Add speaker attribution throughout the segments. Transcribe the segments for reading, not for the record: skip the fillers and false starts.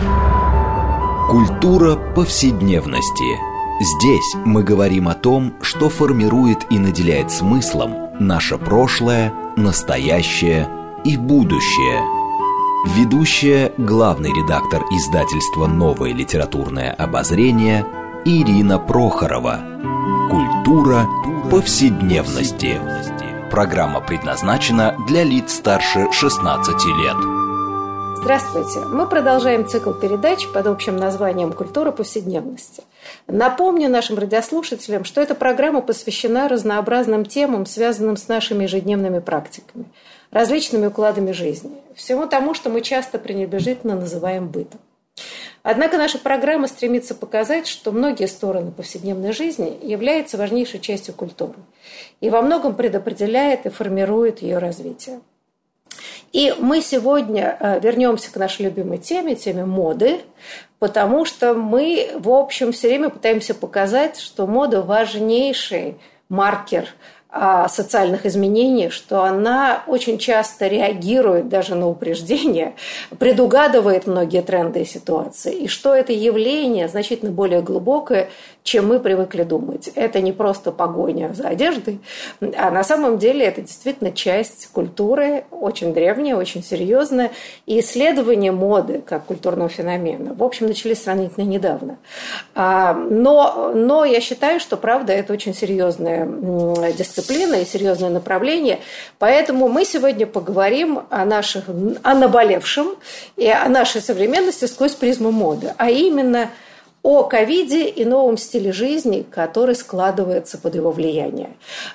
Speaker 1: Культура повседневности. Здесь мы говорим о том, что формирует и наделяет смыслом наше прошлое, настоящее и будущее. Ведущая, главный редактор издательства «Новое литературное обозрение» Ирина Прохорова. Культура повседневности. Программа предназначена для лиц старше 16 лет.
Speaker 2: Здравствуйте! Мы продолжаем цикл передач под общим названием «Культура повседневности». Напомню нашим радиослушателям, что эта программа посвящена разнообразным темам, связанным с нашими ежедневными практиками, различными укладами жизни, всему тому, что мы часто пренебрежительно называем бытом. Однако наша программа стремится показать, что многие стороны повседневной жизни являются важнейшей частью культуры и во многом предопределяет и формирует ее развитие. И мы сегодня вернемся к нашей любимой теме моды, потому что мы, в общем, все время пытаемся показать, что мода – важнейший маркер социальных изменений, что она очень часто реагирует даже на упреждения, предугадывает многие тренды и ситуации, и что это явление значительно более глубокое, чем мы привыкли думать. Это не просто погоня за одеждой, а на самом деле это действительно часть культуры, очень древняя, очень серьезная, и исследования моды как культурного феномена, в общем, начались сравнительно недавно. Но я считаю, что, правда, это очень серьезная дисциплина и серьезное направление, поэтому мы сегодня поговорим о наболевшем и о нашей современности сквозь призму моды, а именно о ковиде и новом стиле жизни, который складывается под его влиянием.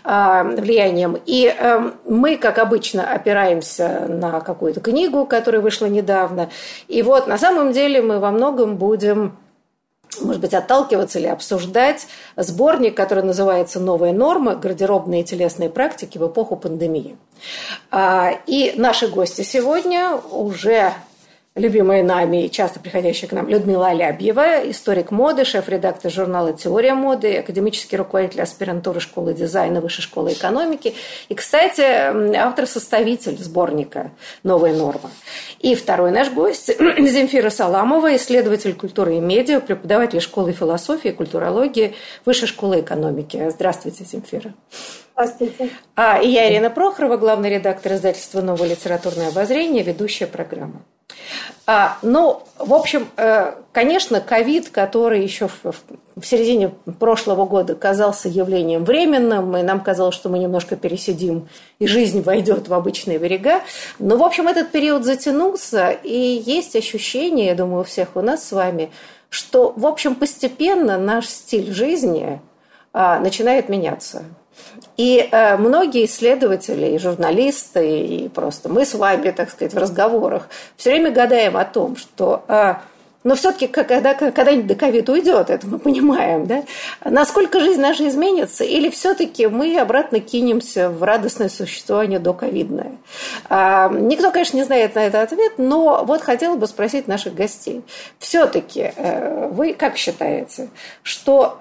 Speaker 2: И мы, как обычно, опираемся на какую-то книгу, которая вышла недавно. И вот на самом деле мы во многом будем, может быть, отталкиваться или обсуждать сборник, который называется «Новая норма. Гардеробные и телесные практики в эпоху пандемии». И наши гости сегодня уже любимая нами и часто приходящая к нам Людмила Алябьева, историк моды, шеф-редактор журнала «Теория моды», академический руководитель аспирантуры школы дизайна Высшей школы экономики и, кстати, автор-составитель сборника «Новая норма». И второй наш гость Земфира Саламова, исследователь культуры и медиа, преподаватель школы философии и культурологии Высшей школы экономики. Здравствуйте, Земфира.
Speaker 3: Здравствуйте.
Speaker 2: И я, Ирина Прохорова, главный редактор издательства «Новое литературное обозрение», ведущая программы. В общем, конечно, ковид, который еще в середине прошлого года казался явлением временным, и нам казалось, что мы немножко пересидим, и жизнь войдет в обычные берега. Но, в общем, этот период затянулся, и есть ощущение, я думаю, у всех у нас с вами, что, в общем, постепенно наш стиль жизни начинает меняться. И многие исследователи, и журналисты, и просто мы с вами, так сказать, в разговорах все время гадаем о том, что, но все-таки когда-нибудь до ковид уйдет, это мы понимаем, да? Насколько жизнь наша изменится, или все-таки мы обратно кинемся в радостное существование доковидное? Никто, конечно, не знает на этот ответ, но вот хотела бы спросить наших гостей. Все-таки вы как считаете, что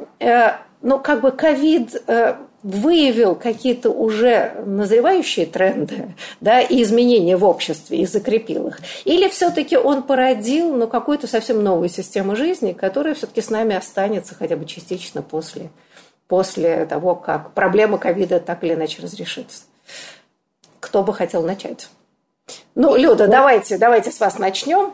Speaker 2: ковид выявил какие-то уже назревающие тренды, да, и изменения в обществе, и закрепил их? Или все-таки он породил какую-то совсем новую систему жизни, которая все-таки с нами останется хотя бы частично после того, как проблема ковида так или иначе разрешится? Кто бы хотел начать? Люда, давайте с вас начнем.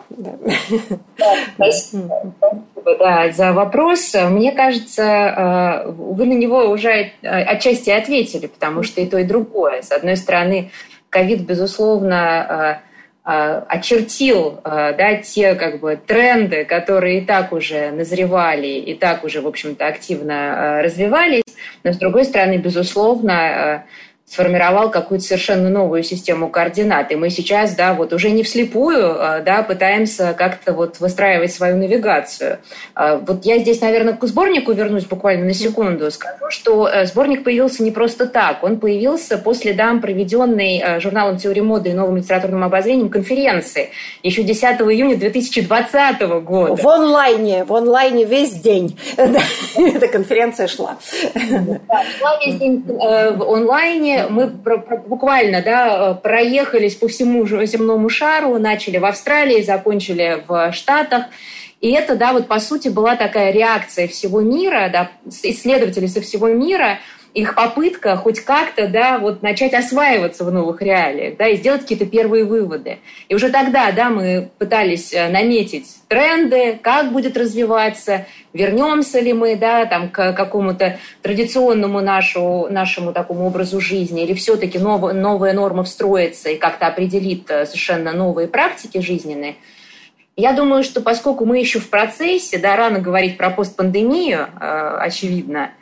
Speaker 3: Спасибо за вопрос. Мне кажется, вы на него уже отчасти ответили, потому что и то, и другое. С одной стороны, ковид, безусловно, очертил те тренды, которые и так уже назревали, и так уже, в общем-то, активно развивались. Но, с другой стороны, безусловно, сформировал какую-то совершенно новую систему координат. И мы сейчас, уже не вслепую, пытаемся как-то выстраивать свою навигацию. Я здесь, наверное, к сборнику вернусь буквально на секунду. Скажу, что сборник появился не просто так. Он появился после проведенной журналом «Теория моды» и «Новым литературным обозрением» конференции еще 10 июня 2020 года.
Speaker 2: В онлайне весь день эта конференция шла.
Speaker 3: Шла весь день в онлайне. мы буквально, да, проехались по всему земному шару, начали в Австралии, закончили в Штатах. И это, да, вот по сути была такая реакция всего мира, да, исследователей со всего мира, их попытка хоть как-то, да, вот начать осваиваться в новых реалиях, да, и сделать какие-то первые выводы. И уже тогда, да, мы пытались наметить тренды, как будет развиваться, вернемся ли мы, да, там, к какому-то традиционному нашему такому образу жизни, или все-таки новая норма встроится и как-то определит совершенно новые практики жизненные. Я думаю, что поскольку мы еще в процессе, да, рано говорить про постпандемию, очевидно,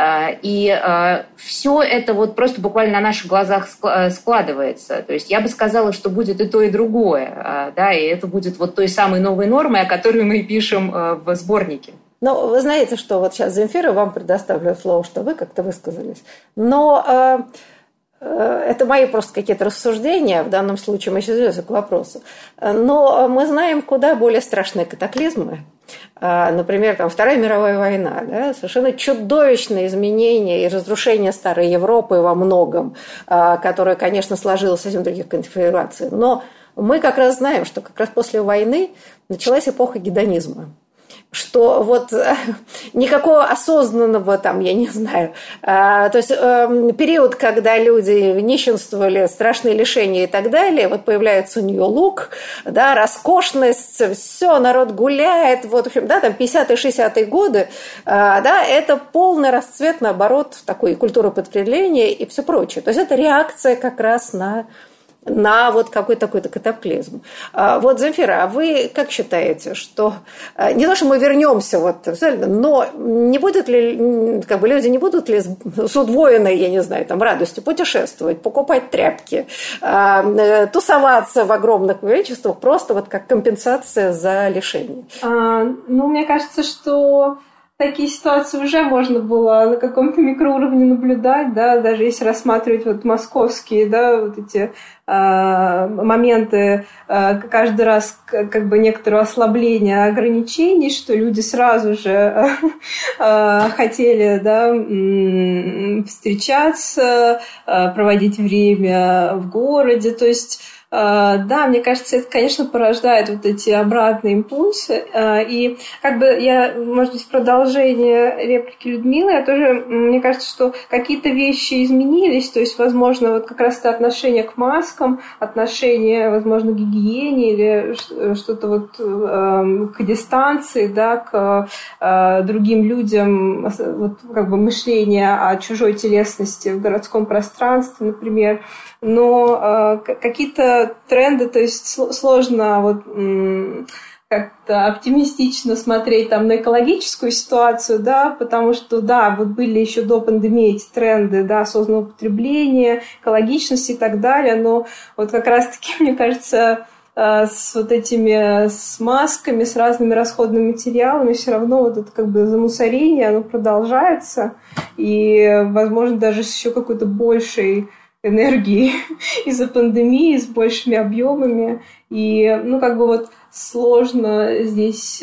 Speaker 3: и все это вот просто буквально на наших глазах складывается. То есть я бы сказала, что будет и то, и другое, да, и это будет вот той самой новой нормой, о которой мы пишем в сборнике.
Speaker 2: Ну, вы знаете, что вот сейчас, Земфира, вам предоставлю слово, что вы как-то высказались. Но это мои просто какие-то рассуждения, в данном случае мы сейчас вернемся к вопросу. Но мы знаем куда более страшные катаклизмы. Например, там, Вторая мировая война, да, совершенно чудовищные изменения и разрушение старой Европы во многом, которая, конечно, сложилась из других конфигураций. Но мы как раз знаем, что как раз после войны началась эпоха гедонизма. Что вот никакого осознанного там, я не знаю, то есть период, когда люди нищенствовали, страшные лишения и так далее, вот появляется New Look, да, роскошность, все, народ гуляет, вот, в общем, да, там 50-е, 60-е годы, да, это полный расцвет, наоборот, такой культуры потребления и все прочее. То есть это реакция как раз на вот какой-то такой-то катаклизм. Вот, Земфира, а вы как считаете, что не то, что мы вернемся, вот, но не будет ли, как бы люди не будут ли с удвоенной, я не знаю, там, радостью путешествовать, покупать тряпки, тусоваться в огромных количествах, просто вот как компенсация за лишение?
Speaker 4: Ну, мне кажется, что такие ситуации уже можно было на каком-то микроуровне наблюдать, да, даже если рассматривать вот московские, да, вот эти моменты каждый раз как бы некоторого ослабления ограничений, что люди сразу же хотели, да, встречаться, проводить время в городе, то есть да, мне кажется, это, конечно, порождает вот эти обратные импульсы. И как бы я, может быть, в продолжение реплики Людмилы, я тоже, мне кажется, что какие-то вещи изменились, то есть, возможно, вот как раз это отношение к маскам, отношение, возможно, к гигиене или что-то вот к дистанции, да, к другим людям, вот как бы мышление о чужой телесности в городском пространстве, например. Но какие-то тренды, то есть сложно вот как-то оптимистично смотреть там на экологическую ситуацию, да, потому что, да, вот были еще до пандемии эти тренды, да, осознанного потребления, экологичности и так далее, но вот как раз-таки, мне кажется, с вот этими, с масками, с разными расходными материалами все равно вот это как бы замусорение, оно продолжается, и, возможно, даже с еще какой-то большей энергии из-за пандемии, с большими объемами. И, ну, как бы вот сложно здесь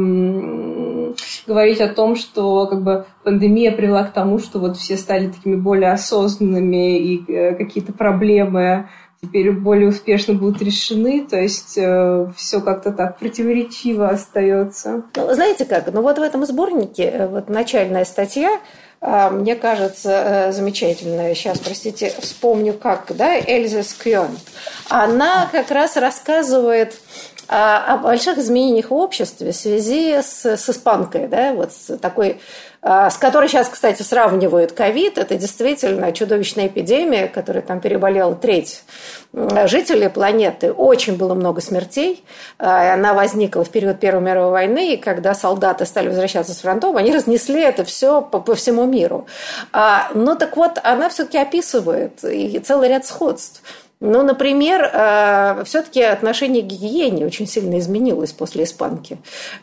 Speaker 4: говорить о том, что как бы пандемия привела к тому, что вот все стали такими более осознанными и какие-то проблемы теперь более успешно будут решены, то есть все как-то так противоречиво остается.
Speaker 2: Ну, знаете как, ну вот в этом сборнике вот начальная статья, мне кажется, замечательная. Сейчас, простите, вспомню как, да, Эльза Скьон. Она как раз рассказывает о больших изменениях в обществе в связи с испанкой, да, вот с такой, с которой сейчас, кстати, сравнивают ковид. Это действительно чудовищная эпидемия, которая там переболела треть жителей планеты. Очень было много смертей. Она возникла в период Первой мировой войны, и когда солдаты стали возвращаться с фронтов, они разнесли это все по всему миру. Но так вот, она все-таки описывает и целый ряд сходств. Ну, например, все-таки отношение к гигиене очень сильно изменилось после испанки.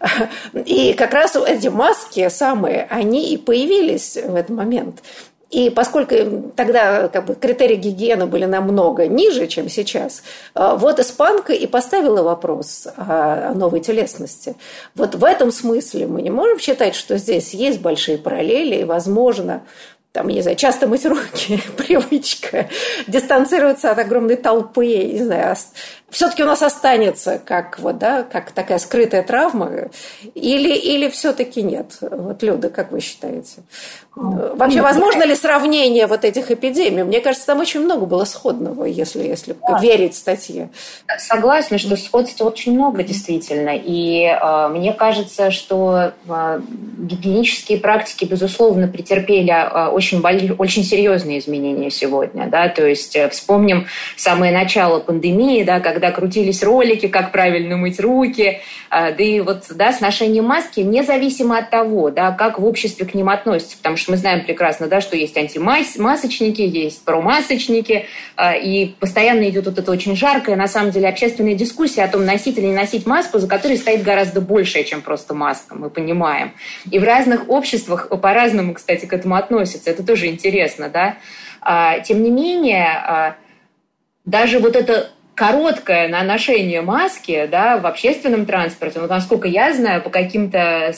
Speaker 2: И как раз эти маски самые, они и появились в этот момент. И поскольку тогда как бы, критерии гигиены были намного ниже, чем сейчас, вот испанка и поставила вопрос о новой телесности. Вот в этом смысле мы не можем считать, что здесь есть большие параллели, и, возможно, там, не знаю, часто мыть руки, привычка, дистанцироваться от огромной толпы, не знаю, все-таки у нас останется как такая скрытая травма, или все-таки нет? Вот, Люда, как вы считаете? Вообще, возможно ли сравнение вот этих эпидемий? Мне кажется, там очень много было сходного, если верить статье.
Speaker 3: Согласна, что сходства очень много действительно. И мне кажется, что гигиенические практики, безусловно, претерпели очень серьезные изменения сегодня. Да? То есть вспомним самое начало пандемии, да, когда крутились ролики, как правильно мыть руки, да и вот с ношением маски, независимо от того, да, как в обществе к ним относятся, потому что мы знаем прекрасно, да, что есть антимасочники, есть промасочники, и постоянно идет вот эта очень жаркая, на самом деле, общественная дискуссия о том, носить или не носить маску, за которой стоит гораздо большее, чем просто маска, мы понимаем. И в разных обществах по-разному, кстати, к этому относятся. Это тоже интересно, да. Тем не менее, даже вот это короткое ношение маски, да, в общественном транспорте, насколько я знаю, по каким-то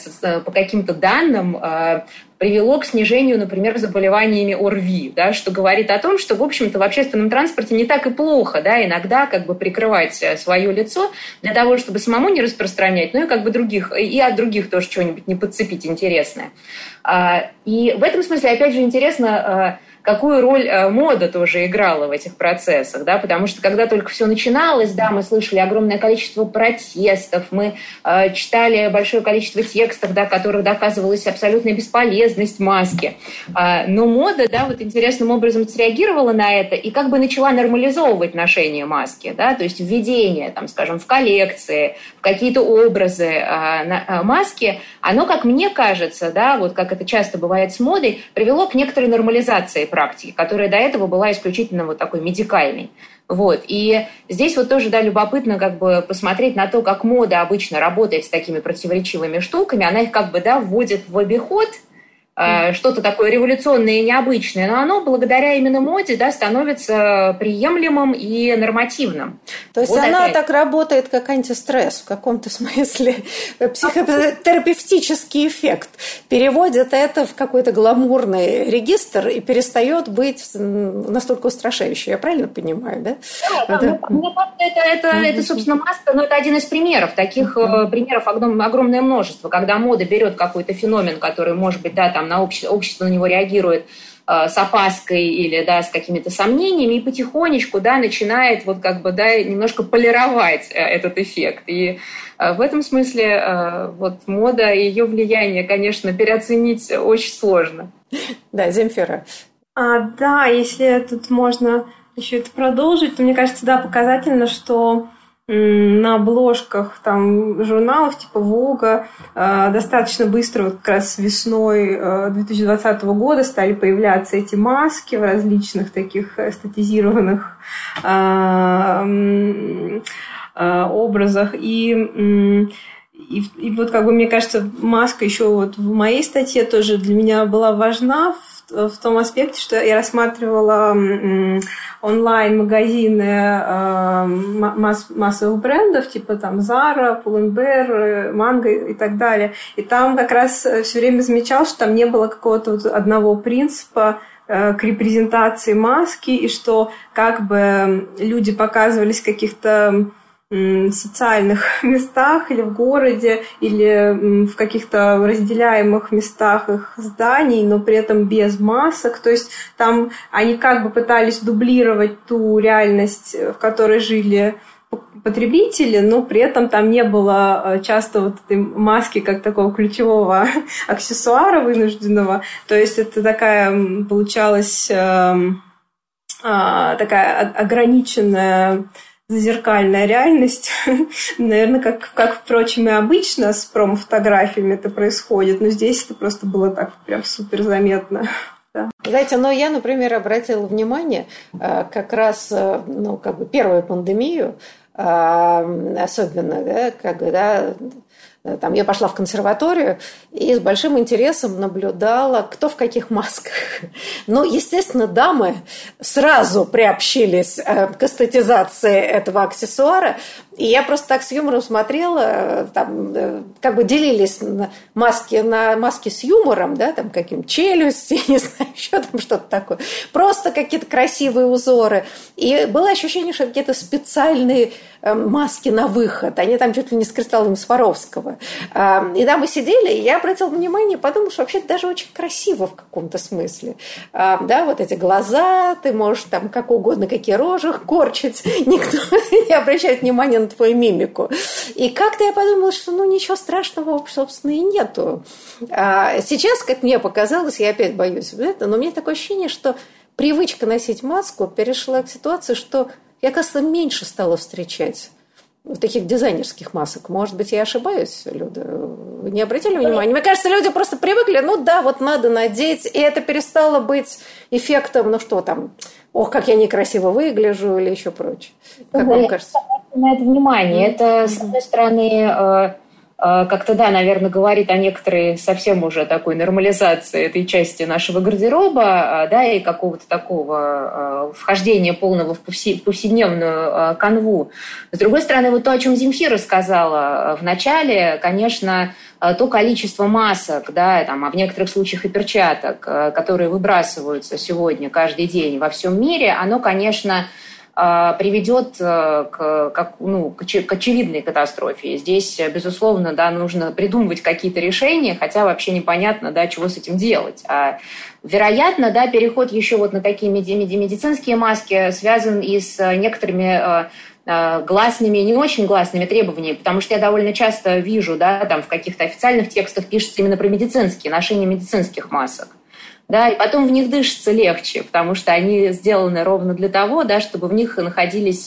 Speaker 3: данным, привело к снижению, например, заболеваниями ОРВИ, да, что говорит о том, что, в общем-то, в общественном транспорте не так и плохо, да, иногда прикрывать свое лицо для того, чтобы самому не распространять, и и от других тоже что-нибудь не подцепить интересное. И в этом смысле, опять же, интересно, какую роль мода тоже играла в этих процессах, да, потому что когда только все начиналось, да, мы слышали огромное количество протестов, мы читали большое количество текстов, да, в которых доказывалась абсолютная бесполезность маски. Но мода, да, интересным образом среагировала на это и начала нормализовывать ношение маски, да, то есть введение, там, скажем, в коллекции, в какие-то образы маски, оно, как мне кажется, да, как это часто бывает с модой, привело к некоторой нормализации практики, которая до этого была исключительно такой медикальной. И здесь тоже, да, любопытно посмотреть на то, как мода обычно работает с такими противоречивыми штуками. Она их вводит в обиход, что-то такое революционное и необычное, но оно благодаря именно моде, да, становится приемлемым и нормативным.
Speaker 2: То есть она так работает, как антистресс в каком-то смысле, психотерапевтический эффект. Переводит это в какой-то гламурный регистр и перестает быть настолько устрашающей. Я правильно понимаю, да?
Speaker 3: Да, мне кажется, это, собственно, маска, но это один из примеров. Таких примеров огромное множество, когда мода берет какой-то феномен, который, может быть, да, там, общество на него реагирует с опаской или, да, с какими-то сомнениями, и потихонечку, да, начинает немножко полировать этот эффект. И в этом смысле мода и ее влияние, конечно, переоценить очень сложно.
Speaker 2: Да, Земфира.
Speaker 4: Да, если тут можно еще это продолжить, то мне кажется, да, показательно, что на обложках там журналов типа Vogue достаточно быстро, как раз весной 2020 года стали появляться эти маски в различных таких эстетизированных образах. И мне кажется, маска еще в моей статье тоже для меня была важна в том аспекте, что я рассматривала онлайн-магазины массовых брендов, типа там Zara, Pull&Bear, Mango и так далее. И там как раз все время замечал, что там не было какого-то одного принципа к репрезентации маски, и что люди показывались в каких-то социальных местах или в городе, или в каких-то разделяемых местах их зданий, но при этом без масок. То есть там они пытались дублировать ту реальность, в которой жили потребители, но при этом там не было часто этой маски как такого ключевого аксессуара вынужденного. То есть это такая получалась такая ограниченная зеркальная реальность, наверное, как, впрочем, и обычно с промо-фотографиями это происходит, но здесь это просто было так прям супер заметно. Да.
Speaker 2: Знаете, я, например, обратила внимание как раз, первую пандемию, особенно, да, когда там я пошла в консерваторию и с большим интересом наблюдала, кто в каких масках. Но, естественно, дамы сразу приобщились к эстетизации этого аксессуара. И я просто так с юмором смотрела, там, как бы делились маски на маски с юмором, да, там каким челюсти, не знаю, еще там что-то такое. Просто какие-то красивые узоры. И было ощущение, что какие-то специальные маски на выход. Они там чуть ли не с кристаллом Сваровского. И да, мы сидели, и я обратила внимание, подумала, что вообще даже очень красиво в каком-то смысле. Да, вот эти глаза, ты можешь там как угодно, какие рожи корчить, никто не обращает внимания на твою мимику. И как-то я подумала, что ну ничего страшного, собственно, и нету. Сейчас, как мне показалось, я опять боюсь этого, но у меня такое ощущение, что привычка носить маску перешла к ситуации, что я, кажется, меньше стала встречать таких дизайнерских масок. Может быть, я ошибаюсь, Люда? Вы не обратили внимания? Мне кажется, люди просто привыкли, ну да, вот надо надеть, и это перестало быть эффектом, ну что там, ох, как я некрасиво выгляжу или еще прочее. Как вам кажется?
Speaker 3: На это внимание. Это, с одной стороны, как-то, да, наверное, говорит о некоторой совсем уже такой нормализации этой части нашего гардероба, да, и какого-то такого вхождения полного в повседневную канву. С другой стороны, вот то, о чем Земфира сказала в начале, конечно, то количество масок, да, там, а в некоторых случаях и перчаток, которые выбрасываются сегодня каждый день во всем мире, оно, конечно, приведет к очевидной катастрофе. Здесь, безусловно, да, нужно придумывать какие-то решения, хотя вообще непонятно, да, чего с этим делать. Вероятно, да, переход еще вот на такие медицинские маски связан и с некоторыми гласными и не очень гласными требованиями, потому что я довольно часто вижу, да, там в каких-то официальных текстах пишется именно про медицинские, ношение медицинских масок. Да, и потом в них дышится легче, потому что они сделаны ровно для того, да, чтобы в них находились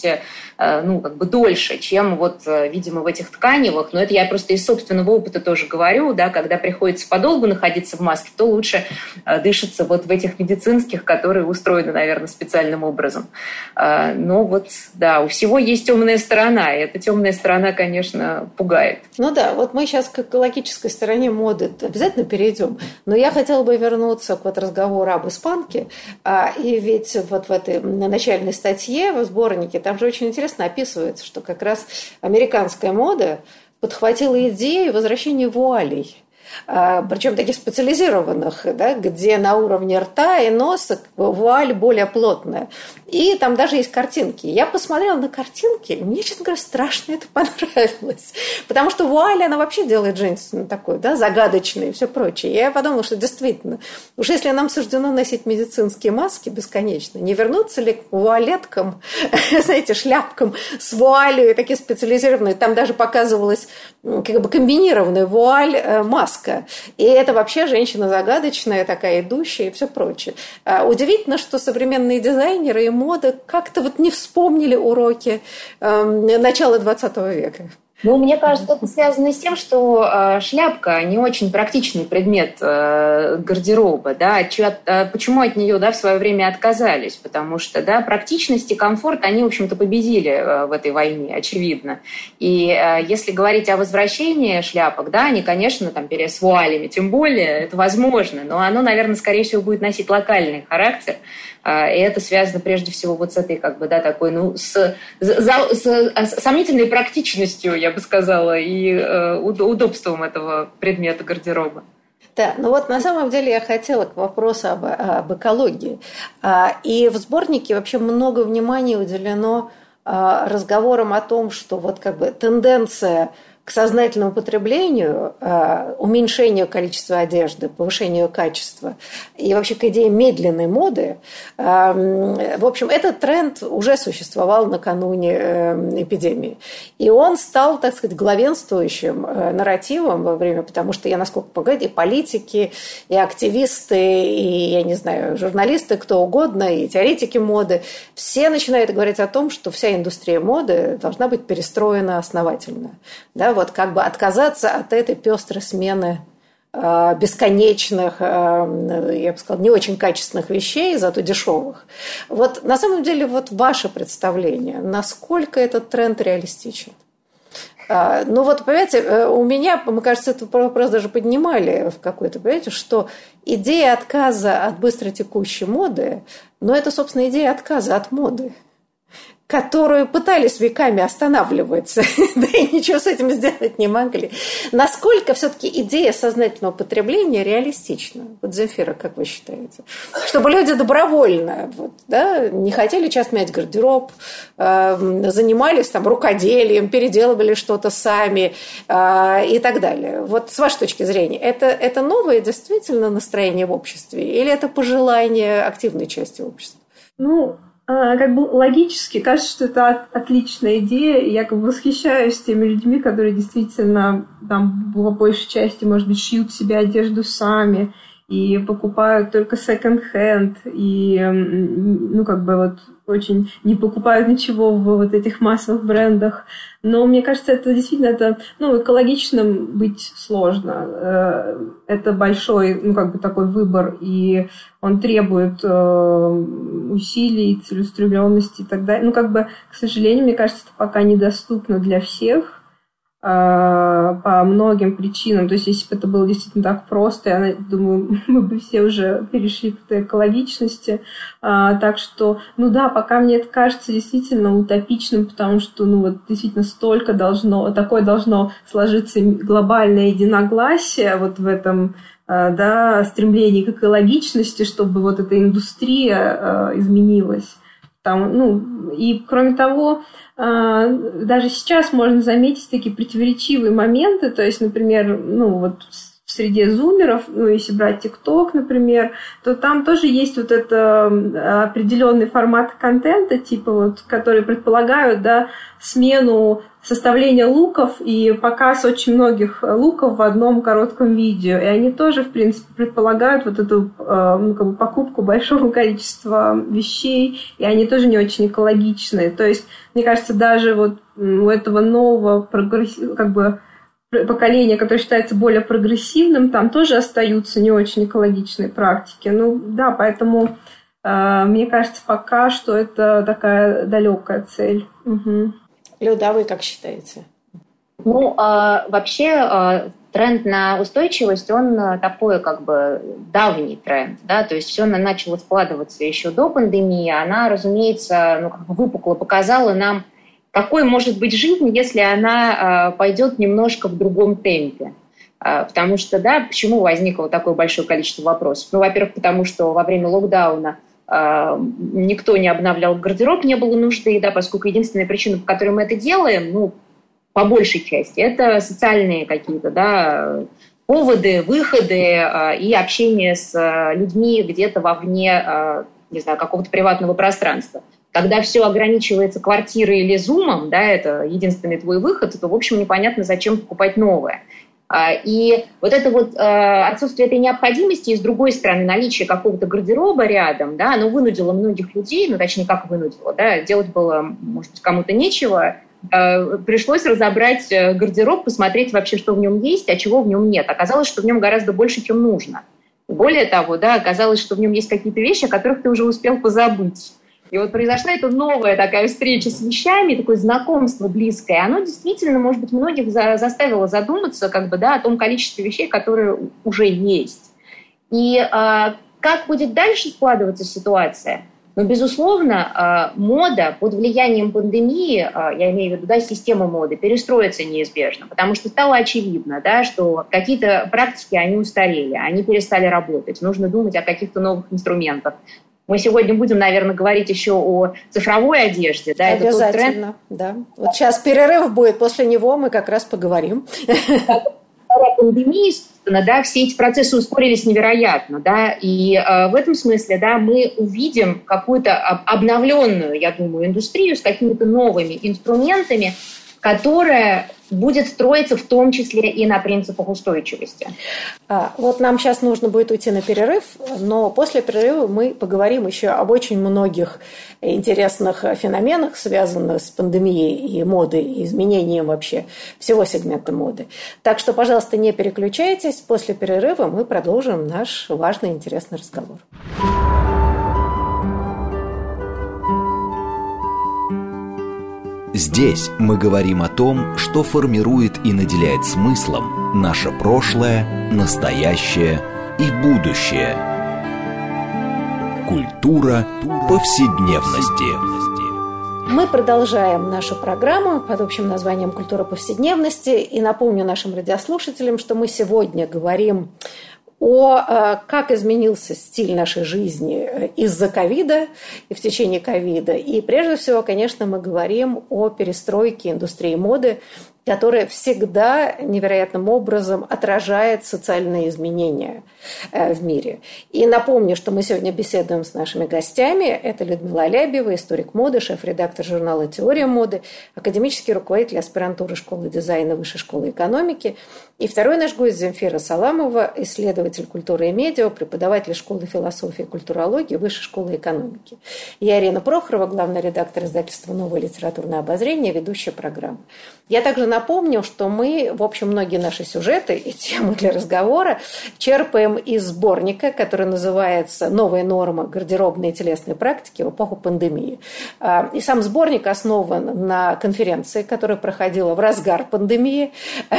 Speaker 3: дольше, чем вот, видимо, в этих тканевых. Но это я просто из собственного опыта тоже говорю, да, когда приходится подолгу находиться в маске, то лучше дышится вот в этих медицинских, которые устроены, наверное, специальным образом. Но вот, да, у всего есть темная сторона, и эта темная сторона, конечно, пугает.
Speaker 2: Ну да, вот мы сейчас к экологической стороне моды обязательно перейдем, но я хотела бы вернуться к вот разговору об испанке, и ведь вот в этой начальной статье в сборнике там же очень интересно описывается, что как раз американская мода подхватила идею возвращения вуалей. Причем таких специализированных, да, где на уровне рта и носа вуаль более плотная. И там даже есть картинки. Я посмотрела на картинки, и мне, честно говоря, страшно это понравилось. Потому что вуаль, она вообще делает женщину такой, да, загадочной и все прочее. Я подумала, что действительно, уж если нам суждено носить медицинские маски бесконечно, не вернуться ли к вуалеткам, знаете, шляпкам с вуалью, такие специализированные. Там даже показывалась как бы комбинированная вуаль-маска. И это вообще женщина загадочная, такая идущая и все прочее. Удивительно, что современные дизайнеры и мода как-то вот не вспомнили уроки начала 20 века.
Speaker 3: Ну, мне кажется, это связано с тем, что шляпка не очень практичный предмет гардероба, да, почему от нее, да, в свое время отказались, потому что, да, практичность и комфорт, они, в общем-то, победили в этой войне, очевидно. И если говорить о возвращении шляпок, да, они, конечно, там, с вуалями, тем более, это возможно, но оно, наверное, скорее всего, будет носить локальный характер. И это связано прежде всего вот с этой, как бы, да, такой, ну, с сомнительной практичностью, я бы сказала, и удобством этого предмета гардероба.
Speaker 2: Да, ну вот на самом деле я хотела к вопросу об экологии. И в сборнике вообще много внимания уделено разговорам о том, что вот как бы тенденция к сознательному потреблению, уменьшению количества одежды, повышению качества и вообще к идее медленной моды, в общем, этот тренд уже существовал накануне эпидемии. И он стал, так сказать, главенствующим нарративом во время, потому что, я насколько понимаю, и политики, и активисты, и, я не знаю, журналисты, кто угодно, и теоретики моды, все начинают говорить о том, что вся индустрия моды должна быть перестроена основательно. Да, вот как бы отказаться от этой пестрой смены бесконечных, я бы сказала, не очень качественных вещей, зато дешевых. Вот на самом деле вот ваше представление, насколько этот тренд реалистичен? Ну вот, понимаете, у меня, мне кажется, этот вопрос даже поднимали в какой-то, понимаете, что идея отказа от быстротекущей моды, но это, собственно, идея отказа от моды, которую пытались веками останавливать, да и ничего с этим сделать не могли. Насколько все-таки идея сознательного потребления реалистична? Вот, Земфира, как вы считаете? Чтобы люди добровольно не хотели часто менять гардероб, занимались там рукоделием, переделывали что-то сами и так далее. Вот с вашей точки зрения, это новое действительно настроение в обществе или это пожелание активной части общества?
Speaker 4: Как бы логически кажется, что это отличная идея. Я как бы восхищаюсь теми людьми, которые действительно там по большей части, может быть, шьют себе одежду сами и покупают только секонд-хенд и, очень не покупают ничего в вот этих массовых брендах. Но мне кажется, это действительно экологичным быть сложно. Это большой, такой выбор, и он требует усилий, целеустремленности и так далее. К сожалению, мне кажется, это пока недоступно для всех по многим причинам. То есть, если бы это было действительно так просто, я думаю, мы бы все уже перешли к экологичности. Так что, пока мне это кажется действительно утопичным, потому что, действительно такое должно сложиться глобальное единогласие вот в этом, стремлении к экологичности, чтобы вот эта индустрия изменилась. И кроме того, даже сейчас можно заметить такие противоречивые моменты, то есть, например, в среде зумеров, если брать ТикТок, например, то там тоже есть вот это определенный формат контента, которые предполагают, смену составления луков и показ очень многих луков в одном коротком видео. И они тоже, в принципе, предполагают вот эту покупку большого количества вещей, и они тоже не очень экологичные. То есть, мне кажется, даже вот у этого нового поколения, которое считается более прогрессивным, там тоже остаются не очень экологичные практики. Поэтому мне кажется, пока что это такая далекая цель. Угу.
Speaker 2: Люда, а вы как считаете?
Speaker 3: Вообще тренд на устойчивость, он такой давний тренд, то есть все начало складываться еще до пандемии. Она, разумеется, выпукло показала нам, какой может быть жизнь, если она пойдет немножко в другом темпе. Потому что, почему возникло такое большое количество вопросов? Во-первых, потому что во время локдауна никто не обновлял гардероб, не было нужды, поскольку единственная причина, по которой мы это делаем, по большей части, это социальные какие-то, поводы, выходы и общение с людьми где-то вовне, какого-то приватного пространства. Когда все ограничивается квартирой или зумом, это единственный твой выход, то, в общем, непонятно, зачем покупать новое. И вот это отсутствие этой необходимости, и, с другой стороны, наличие какого-то гардероба рядом, оно вынудило многих людей, точнее, как вынудило, делать было, может быть, кому-то нечего, пришлось разобрать гардероб, посмотреть вообще, что в нем есть, а чего в нем нет. Оказалось, что в нем гораздо больше, чем нужно. Более того, оказалось, что в нем есть какие-то вещи, о которых ты уже успел позабыть. И вот произошла эта новая такая встреча с вещами, такое знакомство близкое. Оно действительно, может быть, многих заставило задуматься о том количестве вещей, которые уже есть. И как будет дальше складываться ситуация? Безусловно, мода под влиянием пандемии, я имею в виду, система моды, перестроится неизбежно, потому что стало очевидно, что какие-то практики, они устарели, они перестали работать. Нужно думать о каких-то новых инструментах. Мы сегодня будем, наверное, говорить еще о цифровой одежде.
Speaker 2: Обязательно, Вот сейчас перерыв будет, после него мы как раз поговорим.
Speaker 3: Пандемии, все эти процессы ускорились невероятно, и в этом смысле, мы увидим какую-то обновленную, я думаю, индустрию с какими-то новыми инструментами, которая будет строиться в том числе и на принципах устойчивости.
Speaker 2: Вот нам сейчас нужно будет уйти на перерыв, но после перерыва мы поговорим еще об очень многих интересных феноменах, связанных с пандемией и модой, и изменением вообще всего сегмента моды. Так что, пожалуйста, не переключайтесь. После перерыва мы продолжим наш важный и интересный разговор.
Speaker 1: Здесь мы говорим о том, что формирует и наделяет смыслом наше прошлое, настоящее и будущее. Культура повседневности.
Speaker 2: Мы продолжаем нашу программу под общим названием «Культура повседневности». И напомню нашим радиослушателям, что мы сегодня говорим о как изменился стиль нашей жизни из-за ковида и в течение ковида. И прежде всего, конечно, мы говорим о перестройке индустрии моды, которая всегда невероятным образом отражает социальные изменения в мире. И напомню, что мы сегодня беседуем с нашими гостями. Это Людмила Алябьева, историк моды, шеф-редактор журнала «Теория моды», академический руководитель аспирантуры школы дизайна Высшей школы экономики. И второй наш гость Земфира Саламова, исследователь культуры и медиа, преподаватель школы философии и культурологии Высшей школы экономики. Я Ирина Прохорова, главный редактор издательства «Новое литературное обозрение», ведущая программы. Я также напомню, что мы, в общем, многие наши сюжеты и темы для разговора черпаем из сборника, который называется «Новая норма. Гардеробные и телесные практики в эпоху пандемии». И сам сборник основан на конференции, которая проходила в разгар пандемии,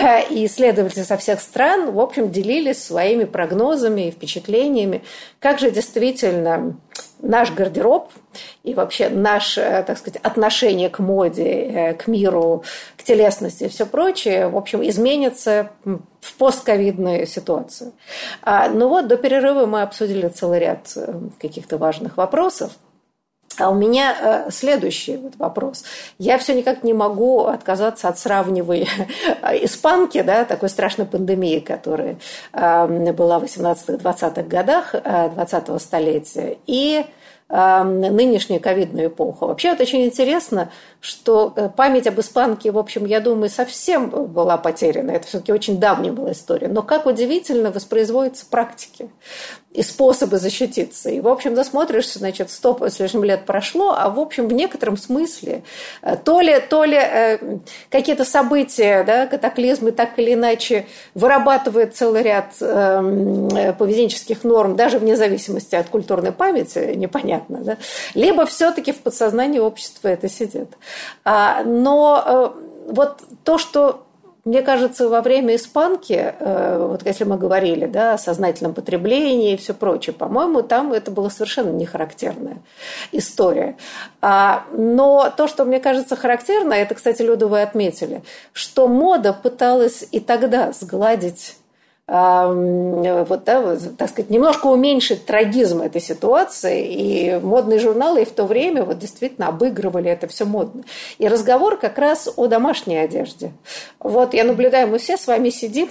Speaker 2: и исследователи со всех стран, в общем, делились своими прогнозами и впечатлениями, как же действительно наш гардероб и вообще наше, так сказать, отношение к моде, к миру, к телесности и все прочее, в общем, изменится в постковидную ситуацию. Но вот до перерыва мы обсудили целый ряд каких-то важных вопросов. А у меня следующий вопрос. Я все никак не могу отказаться от сравнивания испанки, да, такой страшной пандемии, которая была в 18-20-х годах 20-го столетия, и нынешнюю ковидную эпоху. Вообще вот очень интересно, что память об испанке, в общем, я думаю, совсем была потеряна. Это все-таки очень давняя была история. Но как удивительно воспроизводятся практики и способы защититься. И, в общем, засмотришься, значит, 100 с лишним лет прошло, а, в общем, в некотором смысле то ли какие-то события, да, катаклизмы так или иначе вырабатывают целый ряд поведенческих норм, даже вне зависимости от культурной памяти, непонятно, да, либо все-таки в подсознании общества это сидит. Но вот то, что, мне кажется, во время испанки, вот если мы говорили, да, о сознательном потреблении и все прочее, по-моему, там это была совершенно не характерная история. Но то, что мне кажется характерно, это, кстати, Люда, вы отметили, что мода пыталась и тогда сгладить, вот, да, так сказать, немножко уменьшить трагизм этой ситуации, и модные журналы и в то время вот действительно обыгрывали это все модно. И разговор как раз о домашней одежде. Вот я наблюдаю, мы все с вами сидим,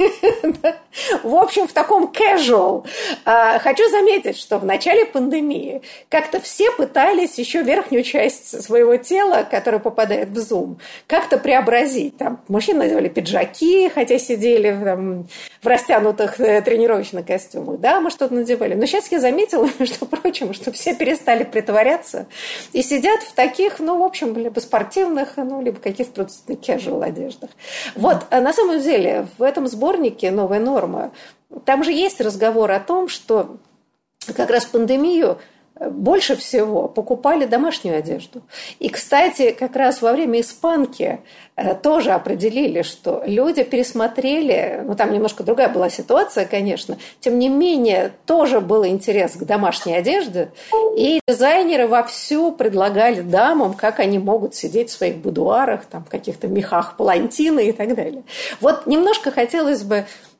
Speaker 2: в общем, в таком casual. Хочу заметить, что в начале пандемии как-то все пытались еще верхнюю часть своего тела, которая попадает в зум, как-то преобразить. Там мужчины надевали пиджаки, хотя сидели в растянутых тренировочных костюмах. Да, мы что-то надевали. Но сейчас я заметила, между прочим, что все перестали притворяться и сидят в таких, ну, в общем, либо спортивных, ну, либо каких-то casual одеждах. Вот, на самом деле, в этом сборнике «Новая норма» там же есть разговор о том, что как раз в пандемию больше всего покупали домашнюю одежду. И, кстати, как раз во время испанки тоже определили, что люди пересмотрели, ну, там немножко другая была ситуация, конечно, тем не менее, тоже был интерес к домашней одежде, и дизайнеры вовсю предлагали дамам, как они могут сидеть в своих будуарах, там, в каких-то мехах палантины и так далее. Вот немножко хотелось бы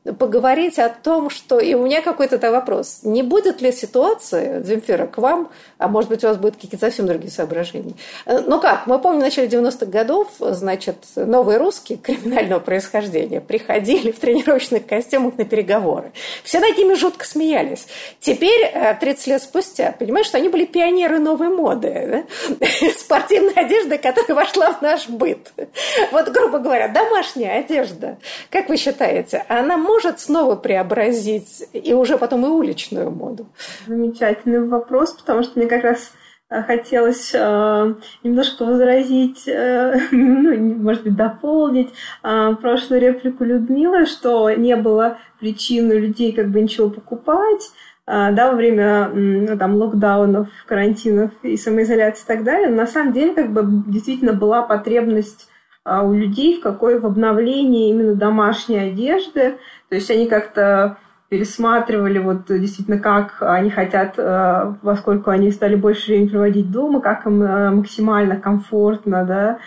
Speaker 2: поговорить о том, что... И у меня какой-то вопрос. Не будет ли ситуация, Земфира, к вам, а может быть, у вас будут какие-то совсем другие соображения? Ну как, мы помним, в начале 90-х годов, значит, новые русские криминального происхождения приходили в тренировочных костюмах на переговоры. Все над ними жутко смеялись. Теперь, 30 лет спустя, понимаешь, что они были пионеры новой моды, да? Спортивная одежда, которая вошла в наш быт. Вот, грубо говоря, домашняя одежда, как вы считаете, она может снова преобразить и уже потом и уличную моду?
Speaker 4: Замечательный вопрос, потому что мне как раз хотелось немножко возразить, может быть, дополнить прошлую реплику Людмилы, что не было причин у людей как бы ничего покупать, да, во время там, локдаунов, карантинов и самоизоляции и так далее. Но на самом деле как бы действительно была потребность у людей в обновлении именно домашней одежды. То есть они как-то пересматривали вот действительно, как они хотят, поскольку они стали больше времени проводить дома, как им максимально комфортно, да,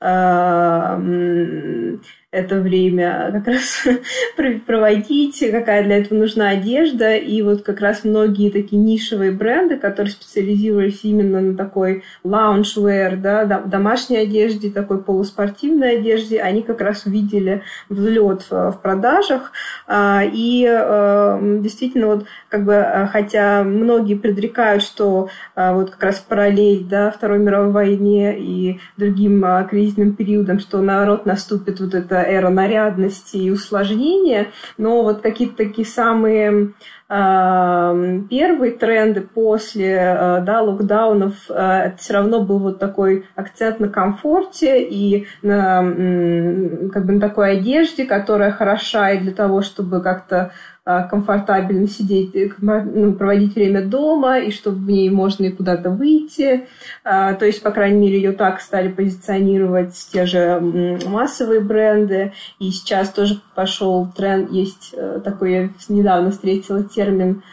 Speaker 4: это время как раз проводить, какая для этого нужна одежда. И вот как раз многие такие нишевые бренды, которые специализировались именно на такой loungewear, да, домашней одежде, такой полуспортивной одежде, они как раз увидели взлет в продажах. И действительно, вот как бы, хотя многие предрекают, что вот как раз в параллель, да, Второй мировой войне и другим кризисным периодам, что наоборот наступит вот эта эра нарядности и усложнения, но вот какие-то такие самые первые тренды после, да, локдаунов, это все равно был вот такой акцент на комфорте и на, как бы, на такой одежде, которая хороша и для того, чтобы как-то комфортабельно сидеть, проводить время дома, и чтобы в ней можно и куда-то выйти. То есть, по крайней мере, ее так стали позиционировать те же массовые бренды. И сейчас тоже пошел тренд, есть такой, я недавно встретила термин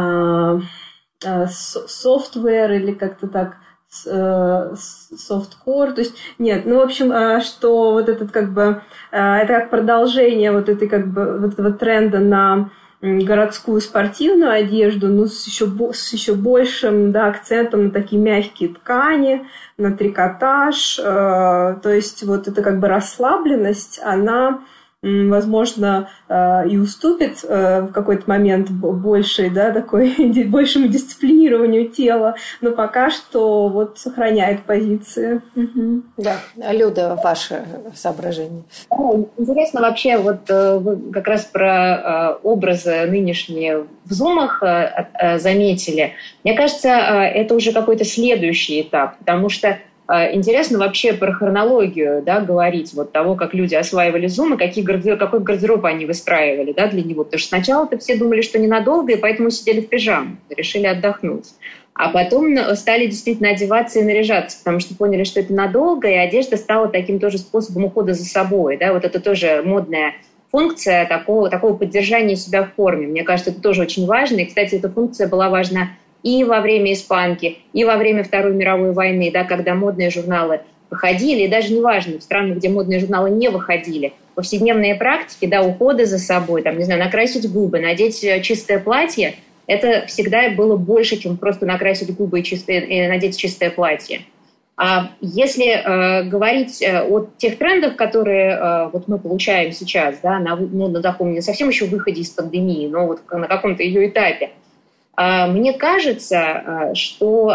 Speaker 4: software или как-то так, softcore, то есть нет, ну в общем, что вот этот как бы это как продолжение вот этой как бы вот этого тренда на городскую спортивную одежду, но с еще большим, да, акцентом на такие мягкие ткани, на трикотаж, то есть вот эта как бы расслабленность, она, возможно, и уступит в какой-то момент большей, да, большему дисциплинированию тела, но пока что вот сохраняет позиции. Угу.
Speaker 2: Да, Люда, ваше соображение.
Speaker 3: Интересно вообще, вот вы как раз про образы нынешние в зумах заметили. Мне кажется, это уже какой-то следующий этап, потому что интересно вообще про хронологию, да, говорить вот того, как люди осваивали Zoom и какой гардероб они выстраивали, да, для него. Потому что сначала-то все думали, что ненадолго, и поэтому сидели в пижамах, решили отдохнуть. А потом стали действительно одеваться и наряжаться, потому что поняли, что это надолго, и одежда стала таким тоже способом ухода за собой. Да? Вот это тоже модная функция такого поддержания себя в форме. Мне кажется, это тоже очень важно. И, кстати, эта функция была важна и во время испанки, и во время Второй мировой войны, да, когда модные журналы выходили, и даже неважно, в странах, где модные журналы не выходили, повседневные практики, да, ухода за собой, там, не знаю, накрасить губы, надеть чистое платье, это всегда было больше, чем просто накрасить губы и надеть чистое платье. А если говорить о тех трендах, которые вот мы получаем сейчас, да, на таком не совсем еще выходе из пандемии, но вот на каком-то ее этапе, мне кажется, что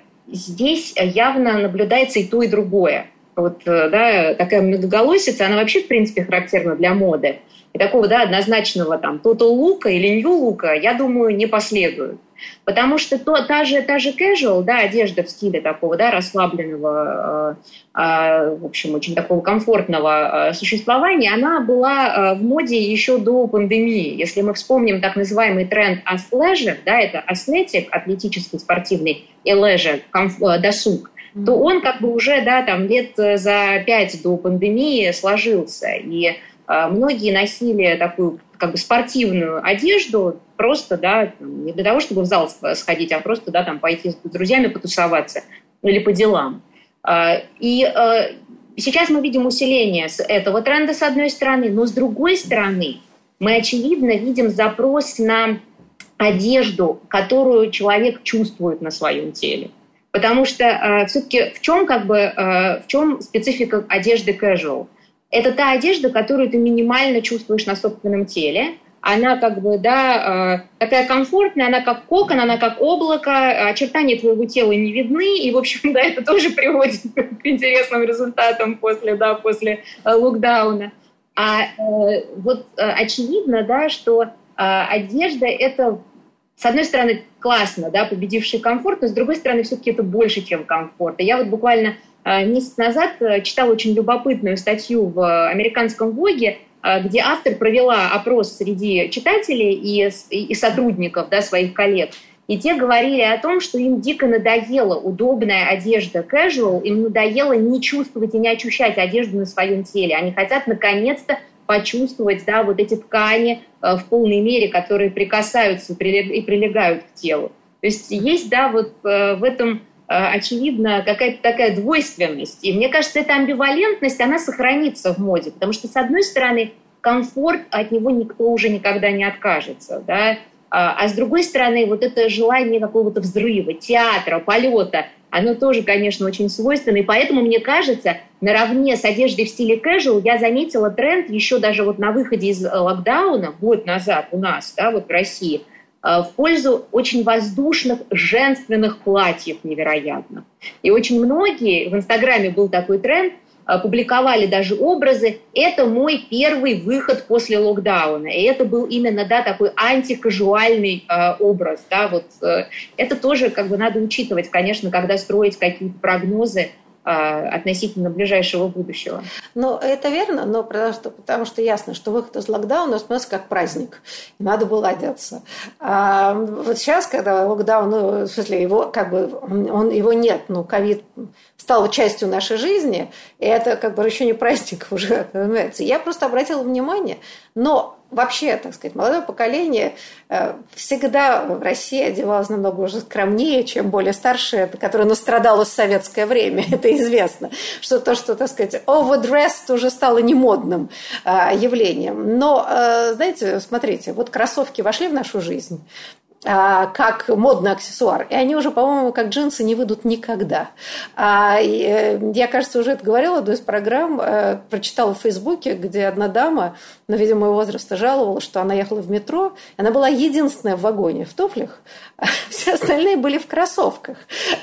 Speaker 3: здесь явно наблюдается и то, и другое. Вот, да, такая многоголосица, она вообще, в принципе, характерна для моды. И такого, да, однозначного там total look или new look, я думаю, не последует. Потому что та же casual, да, одежда в стиле такого, да, расслабленного, в общем, очень такого комфортного существования, она была в моде еще до пандемии. Если мы вспомним так называемый тренд athleisure, да, это aesthetic, атлетический, спортивный, и leisure, досуг, то он как бы уже, да, там лет за 5 до пандемии сложился. И многие носили такую как бы спортивную одежду просто, да, не для того, чтобы в зал сходить, а просто, да, там пойти с друзьями потусоваться или по делам. И сейчас мы видим усиление этого тренда с одной стороны, но с другой стороны мы, очевидно, видим запрос на одежду, которую человек чувствует на своем теле. Потому что все-таки в чем специфика одежды casual? Это та одежда, которую ты минимально чувствуешь на собственном теле. Она такая комфортная, она как кокон, она как облако, очертания твоего тела не видны, и, в общем, это тоже приводит к интересным результатам после локдауна. Очевидно, что одежда – это, с одной стороны, классно, победивший комфорт, но, с другой стороны, все-таки это больше, чем комфорт. И я буквально месяц назад читала очень любопытную статью в американском Vogue, где автор провела опрос среди читателей и сотрудников, своих коллег. И те говорили о том, что им дико надоела удобная одежда casual, им надоело не чувствовать и не ощущать одежду на своем теле. Они хотят наконец-то почувствовать эти ткани в полной мере, которые прикасаются и прилегают к телу. То есть есть в этом очевидно какая-то такая двойственность. И мне кажется, эта амбивалентность, она сохранится в моде, потому что, с одной стороны, комфорт, от него никто уже никогда не откажется, а с другой стороны, это желание какого-то взрыва, театра, полета, оно тоже, конечно, очень свойственно, и поэтому, мне кажется, наравне с одеждой в стиле casual я заметила тренд еще даже на выходе из локдауна год назад у нас, в России, в пользу очень воздушных, женственных платьев невероятных. И очень многие, в Инстаграме был такой тренд, публиковали даже образы. Это мой первый выход после локдауна. И это был именно такой антикажуальный образ. Это тоже надо учитывать, конечно, когда строить какие-то прогнозы относительно ближайшего будущего.
Speaker 2: Это верно, но потому что ясно, что выход из локдауна становится как праздник. Надо было одеться. А сейчас, когда локдаун, в смысле, его нет, ковид стал частью нашей жизни, и это еще не праздник уже, понимаете. Я просто обратила внимание, но вообще, молодое поколение всегда в России одевалось намного уже скромнее, чем более старшее, которое настрадалось в советское время, это известно, что overdressed уже стало немодным явлением. Но, знаете, смотрите, кроссовки вошли в нашу жизнь как модный аксессуар. И они уже, по-моему, как джинсы не выйдут никогда. Я, кажется, уже это говорила в одной из программ, прочитала в Фейсбуке, где одна дама, видимо, моего возраста, жаловалась, что она ехала в метро, она была единственная в вагоне в туфлях, все остальные были в кроссовках.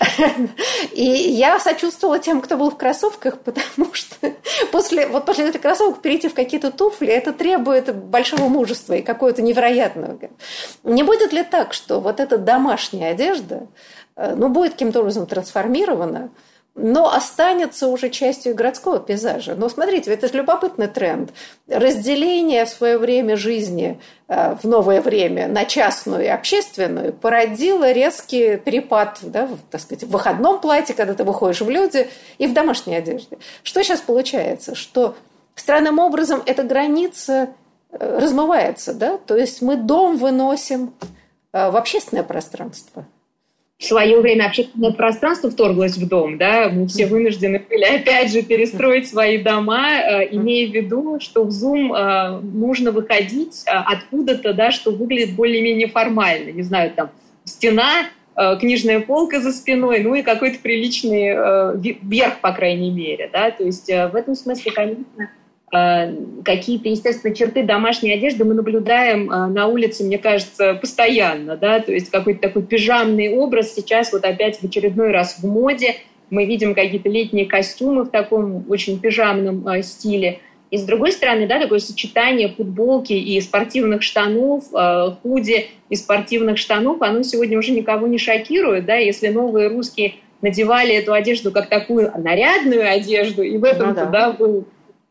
Speaker 2: И я сочувствовала тем, кто был в кроссовках, потому что после этих кроссовок перейти в какие-то туфли, это требует большого мужества и какого-то невероятного. Не будет ли так, что эта домашняя одежда будет каким-то образом трансформирована, но останется уже частью городского пейзажа? Но смотрите, это же любопытный тренд. Разделение в свое время жизни в новое время на частную и общественную породило резкий перепад в выходном платье, когда ты выходишь в люди, и в домашней одежде. Что сейчас получается? Что странным образом эта граница размывается, то есть мы дом выносим в общественное пространство.
Speaker 3: В свое время общественное пространство вторглось в дом, мы все вынуждены были опять же перестроить свои дома, имея в виду, что в Zoom нужно выходить откуда-то, что выглядит более-менее формально. Не знаю, стена, книжная полка за спиной, и какой-то приличный верх, по крайней мере. То есть в этом смысле, конечно, какие-то, естественно, черты домашней одежды мы наблюдаем на улице, мне кажется, постоянно, то есть какой-то такой пижамный образ сейчас опять в очередной раз в моде. Мы видим какие-то летние костюмы в таком очень пижамном стиле. И с другой стороны, такое сочетание футболки и спортивных штанов, худи и спортивных штанов, оно сегодня уже никого не шокирует, если новые русские надевали эту одежду как такую нарядную одежду, и в этом-то, был...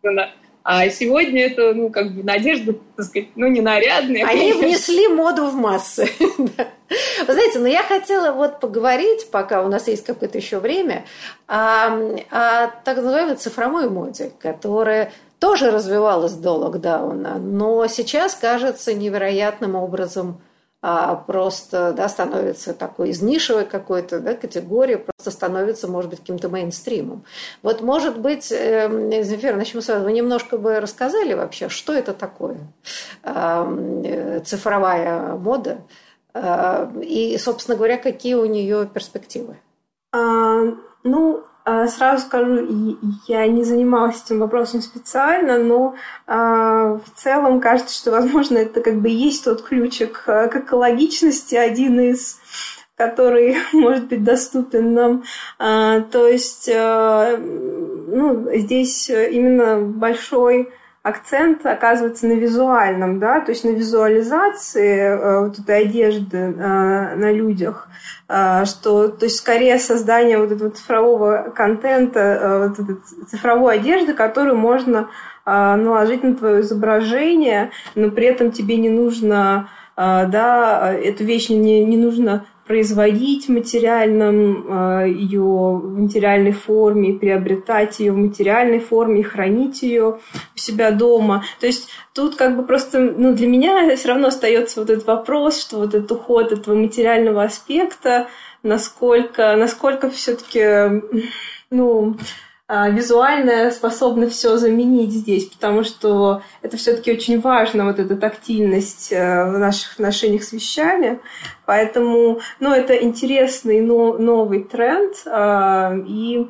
Speaker 3: А сегодня это, одежда, не нарядная.
Speaker 2: Они внесли моду в массы. Вы знаете, я хотела поговорить, пока у нас есть какое-то еще время, о так называемой цифровой моде, которая тоже развивалась до локдауна, но сейчас кажется невероятным образом просто становится такой из нишевой какой-то категории, просто становится, может быть, каким-то мейнстримом. Вот, может быть, Земфира, начнем с вас. Вы немножко бы рассказали вообще, что это такое цифровая мода и, собственно говоря, какие у нее перспективы?
Speaker 4: Сразу скажу, я не занималась этим вопросом специально, но в целом кажется, что, возможно, это как бы есть тот ключик к экологичности, один из, который может быть доступен нам. То есть, здесь именно большой акцент оказывается на визуальном, да, то есть на визуализации вот этой одежды на людях, что, то есть скорее создание вот этого цифрового контента, вот этой цифровой одежды, которую можно наложить на твое изображение, но при этом тебе не нужно, эту вещь не нужно производить в материальной форме, приобретать ее в материальной форме и хранить ее у себя дома. То есть тут как бы просто, для меня все равно остается вот этот вопрос, что вот этот уход этого материального аспекта, насколько все-таки, визуально способны все заменить здесь, потому что это все-таки очень важно, вот эта тактильность в наших отношениях с вещами. Поэтому, это интересный новый тренд. И,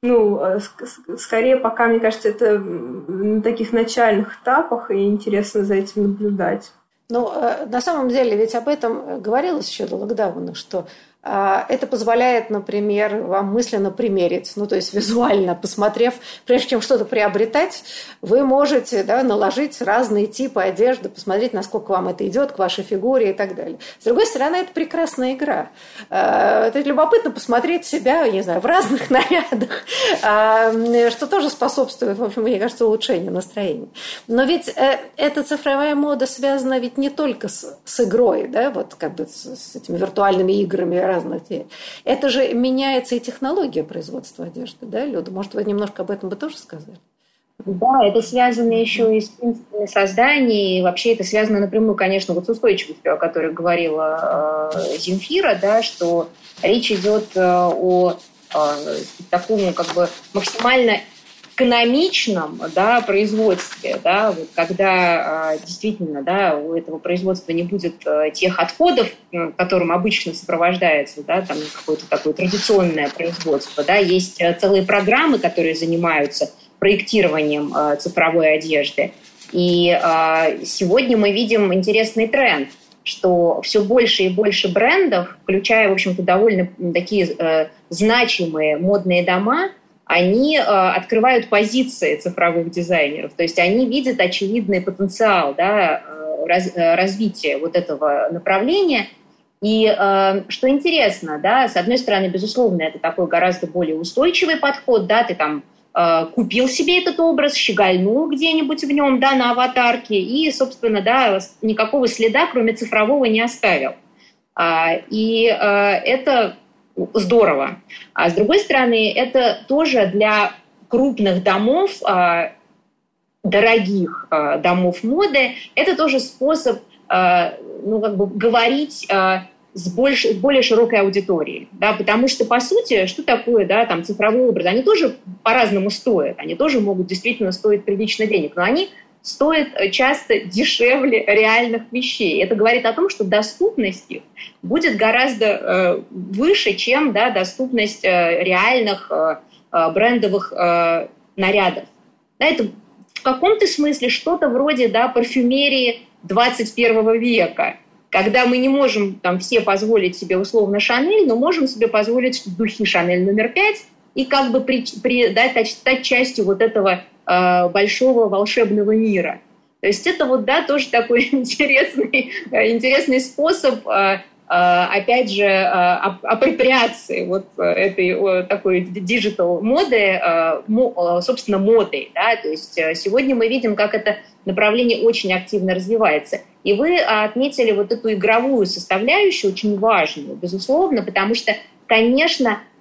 Speaker 4: скорее пока, мне кажется, это на таких начальных этапах, и интересно за этим наблюдать.
Speaker 2: На самом деле, ведь об этом говорилось еще до локдауна, что это позволяет, например, вам мысленно примерить, то есть визуально посмотрев, прежде чем что-то приобретать, вы можете наложить разные типы одежды, посмотреть, насколько вам это идет, к вашей фигуре и так далее. С другой стороны, это прекрасная игра. Это любопытно посмотреть себя, не знаю, в разных нарядах, что тоже способствует, в общем, мне кажется, улучшению настроения. Но ведь эта цифровая мода связана ведь не только с игрой, с этими виртуальными играми, это же меняется и технология производства одежды, да, Люда? Может, вы немножко об этом бы тоже сказали?
Speaker 3: Да, это связано еще и с принципами создания, и вообще это связано напрямую, конечно, с устойчивостью, о которой говорила Земфира, да, что речь идет о такому максимально экономичном производстве, когда действительно у этого производства не будет тех отходов, которым обычно сопровождается какое-то такое традиционное производство. Есть целые программы, которые занимаются проектированием цифровой одежды. И сегодня мы видим интересный тренд, что все больше и больше брендов, включая, в общем-то, довольно такие значимые модные дома, они открывают позиции цифровых дизайнеров. То есть они видят очевидный потенциал развития вот этого направления. И что интересно, с одной стороны, безусловно, это такой гораздо более устойчивый подход, ты купил себе этот образ, щегольнул где-нибудь в нем, на аватарке, и, собственно, никакого следа, кроме цифрового, не оставил. И это здорово. А с другой стороны, это тоже для крупных домов, дорогих домов моды, это тоже способ говорить с более широкой аудиторией. Потому что, по сути, что такое цифровой образ? Они тоже по-разному стоят. Они тоже могут действительно стоить прилично денег, но они стоят часто дешевле реальных вещей. Это говорит о том, что доступность их будет гораздо выше, чем доступность реальных брендовых нарядов. Это в каком-то смысле что-то вроде парфюмерии 21 века, когда мы не можем все позволить себе условно Шанель, но можем себе позволить духи Шанель номер 5 и стать частью вот этого большого волшебного мира. То есть это тоже такой интересный способ, опять же, апроприации этой такой диджитал моды, собственно, модой. То есть сегодня мы видим, как это направление очень активно развивается. И вы отметили эту игровую составляющую, очень важную, безусловно, потому что, конечно,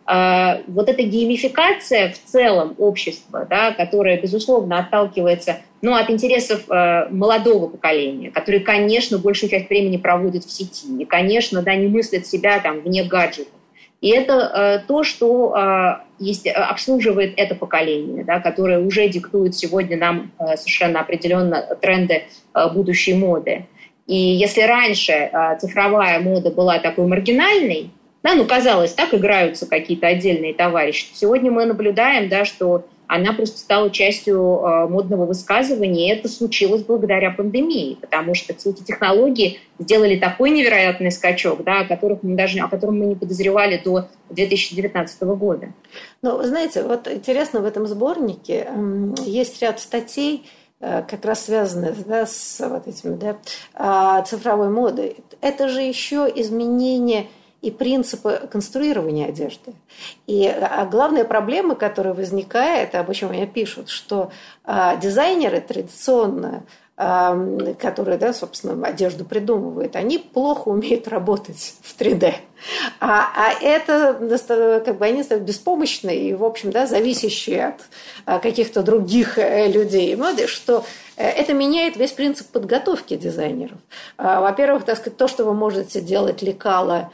Speaker 3: вот эта геймификация в целом общества, да, которая, безусловно, отталкивается от интересов молодого поколения, которые, конечно, большую часть времени проводят в сети, и, конечно, не мыслят себя вне гаджетов. И это то, что обслуживает это поколение, да, которое уже диктует сегодня нам совершенно определенно тренды будущей моды. И если раньше цифровая мода была такой маргинальной, казалось, так играются какие-то отдельные товарищи, то сегодня мы наблюдаем, да, что она просто стала частью модного высказывания, и это случилось благодаря пандемии, потому что все эти технологии сделали такой невероятный скачок, да, о котором мы не подозревали до 2019 года.
Speaker 2: Вы знаете, вот интересно, в этом сборнике есть ряд статей, как раз связанных, да, с вот этими, да, цифровой модой. Это же еще изменение и принципы конструирования одежды. И главная проблема, которая возникает, об чем они пишут, что дизайнеры традиционно, которые, да, собственно, одежду придумывают, они плохо умеют работать в 3D. А это они беспомощные и, в общем, да, зависящие от каких-то других людей моды, что это меняет весь принцип подготовки дизайнеров. Во-первых, так сказать, то, что вы можете делать лекало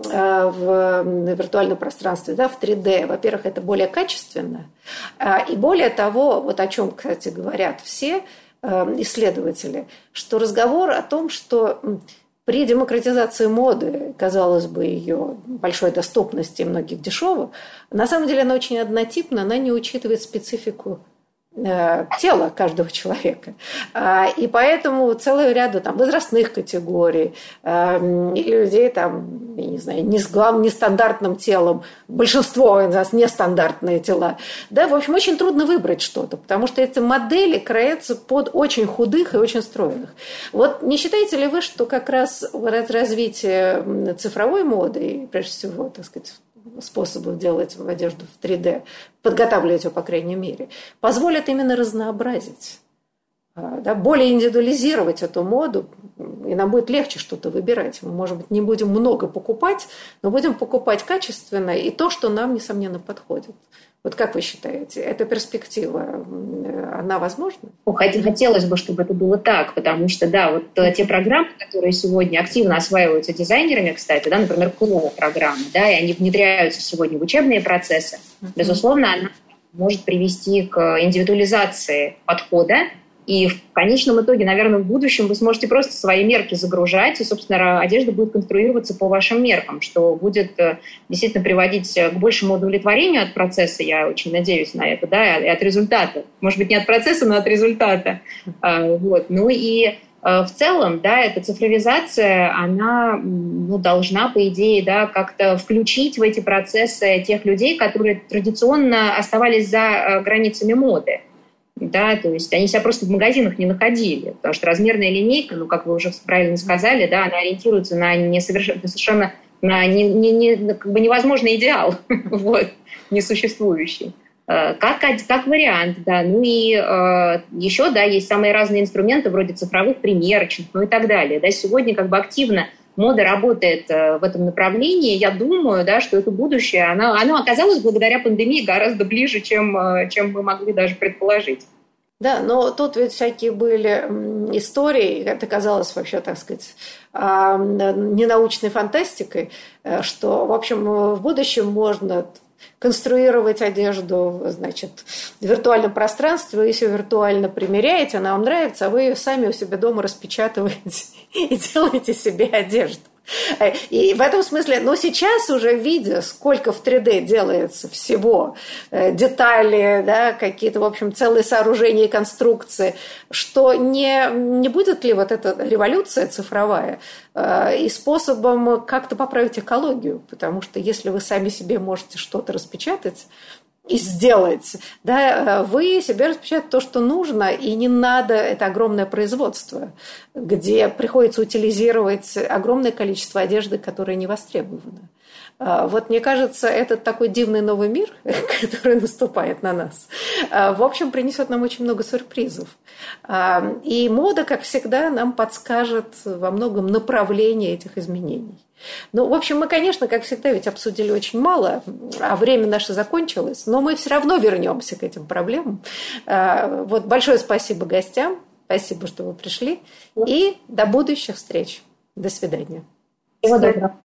Speaker 2: в виртуальном пространстве, да, в 3D, во-первых, это более качественно. И более того, вот о чем, кстати, говорят все исследователи, что разговор о том, что при демократизации моды, казалось бы, ее большой доступности и многих дешевых, на самом деле она очень однотипна, она не учитывает специфику тела каждого человека. И поэтому целый ряд возрастных категорий и людей, я не знаю, не с нестандартным телом, большинство у нас нестандартные тела. Да, в общем, очень трудно выбрать что-то, потому что эти модели краятся под очень худых и очень стройных. Вот не считаете ли вы, что как раз развитие цифровой моды и, прежде всего, так сказать, способов делать одежду в 3D, подготавливать ее, по крайней мере, позволят именно разнообразить, да, более индивидуализировать эту моду, и нам будет легче что-то выбирать. Мы, может быть, не будем много покупать, но будем покупать качественно и то, что нам, несомненно, подходит. Вот как вы считаете, эта перспектива, она возможна?
Speaker 3: Хотелось бы, чтобы это было так, потому что, да, вот те программы, которые сегодня активно осваиваются дизайнерами, кстати, да, например, КЛО-программы, да, и они внедряются сегодня в учебные процессы, безусловно, она может привести к индивидуализации подхода, и в конечном итоге, наверное, в будущем вы сможете просто свои мерки загружать, и, собственно, одежда будет конструироваться по вашим меркам, что будет действительно приводить к большему удовлетворению от процесса, я очень надеюсь на это, да, и от результата. Может быть, не от процесса, но от результата. Вот. И в целом, да, эта цифровизация, она должна, по идее, да, как-то включить в эти процессы тех людей, которые традиционно оставались за границами моды. Да, то есть они себя просто в магазинах не находили, потому что размерная линейка, как вы уже правильно сказали, да, она ориентируется на совершенно на невозможный идеал, вот, несуществующий. Как вариант, да. И еще, да, есть самые разные инструменты, вроде цифровых примерочных, и так далее. Да, сегодня активно мода работает в этом направлении. Я думаю, да, что это будущее, оно оказалось благодаря пандемии гораздо ближе, чем мы могли даже предположить.
Speaker 2: Да, но тут ведь всякие были истории, это казалось вообще, так сказать, ненаучной фантастикой, что, в общем, в будущем можно конструировать одежду, значит, в виртуальном пространстве, вы ее виртуально примеряете, она вам нравится, а вы ее сами у себя дома распечатываете и делаете себе одежду. И в этом смысле, сейчас уже видя, сколько в 3D делается всего, детали, да, какие-то, в общем, целые сооружения и конструкции, что не будет ли вот эта революция цифровая и способом как-то поправить экологию, потому что если вы сами себе можете что-то распечатать и сделать, да, вы себе распечатаете то, что нужно, и не надо это огромное производство, где приходится утилизировать огромное количество одежды, которая не востребована. Вот мне кажется, этот такой дивный новый мир, который наступает на нас, в общем, принесет нам очень много сюрпризов. И мода, как всегда, нам подскажет во многом направление этих изменений. Ну, в общем, мы, конечно, как всегда, ведь обсудили очень мало, а время наше закончилось, но мы все равно вернемся к этим проблемам. Вот большое спасибо гостям, спасибо, что вы пришли, и до будущих встреч. До свидания.
Speaker 3: Всего доброго.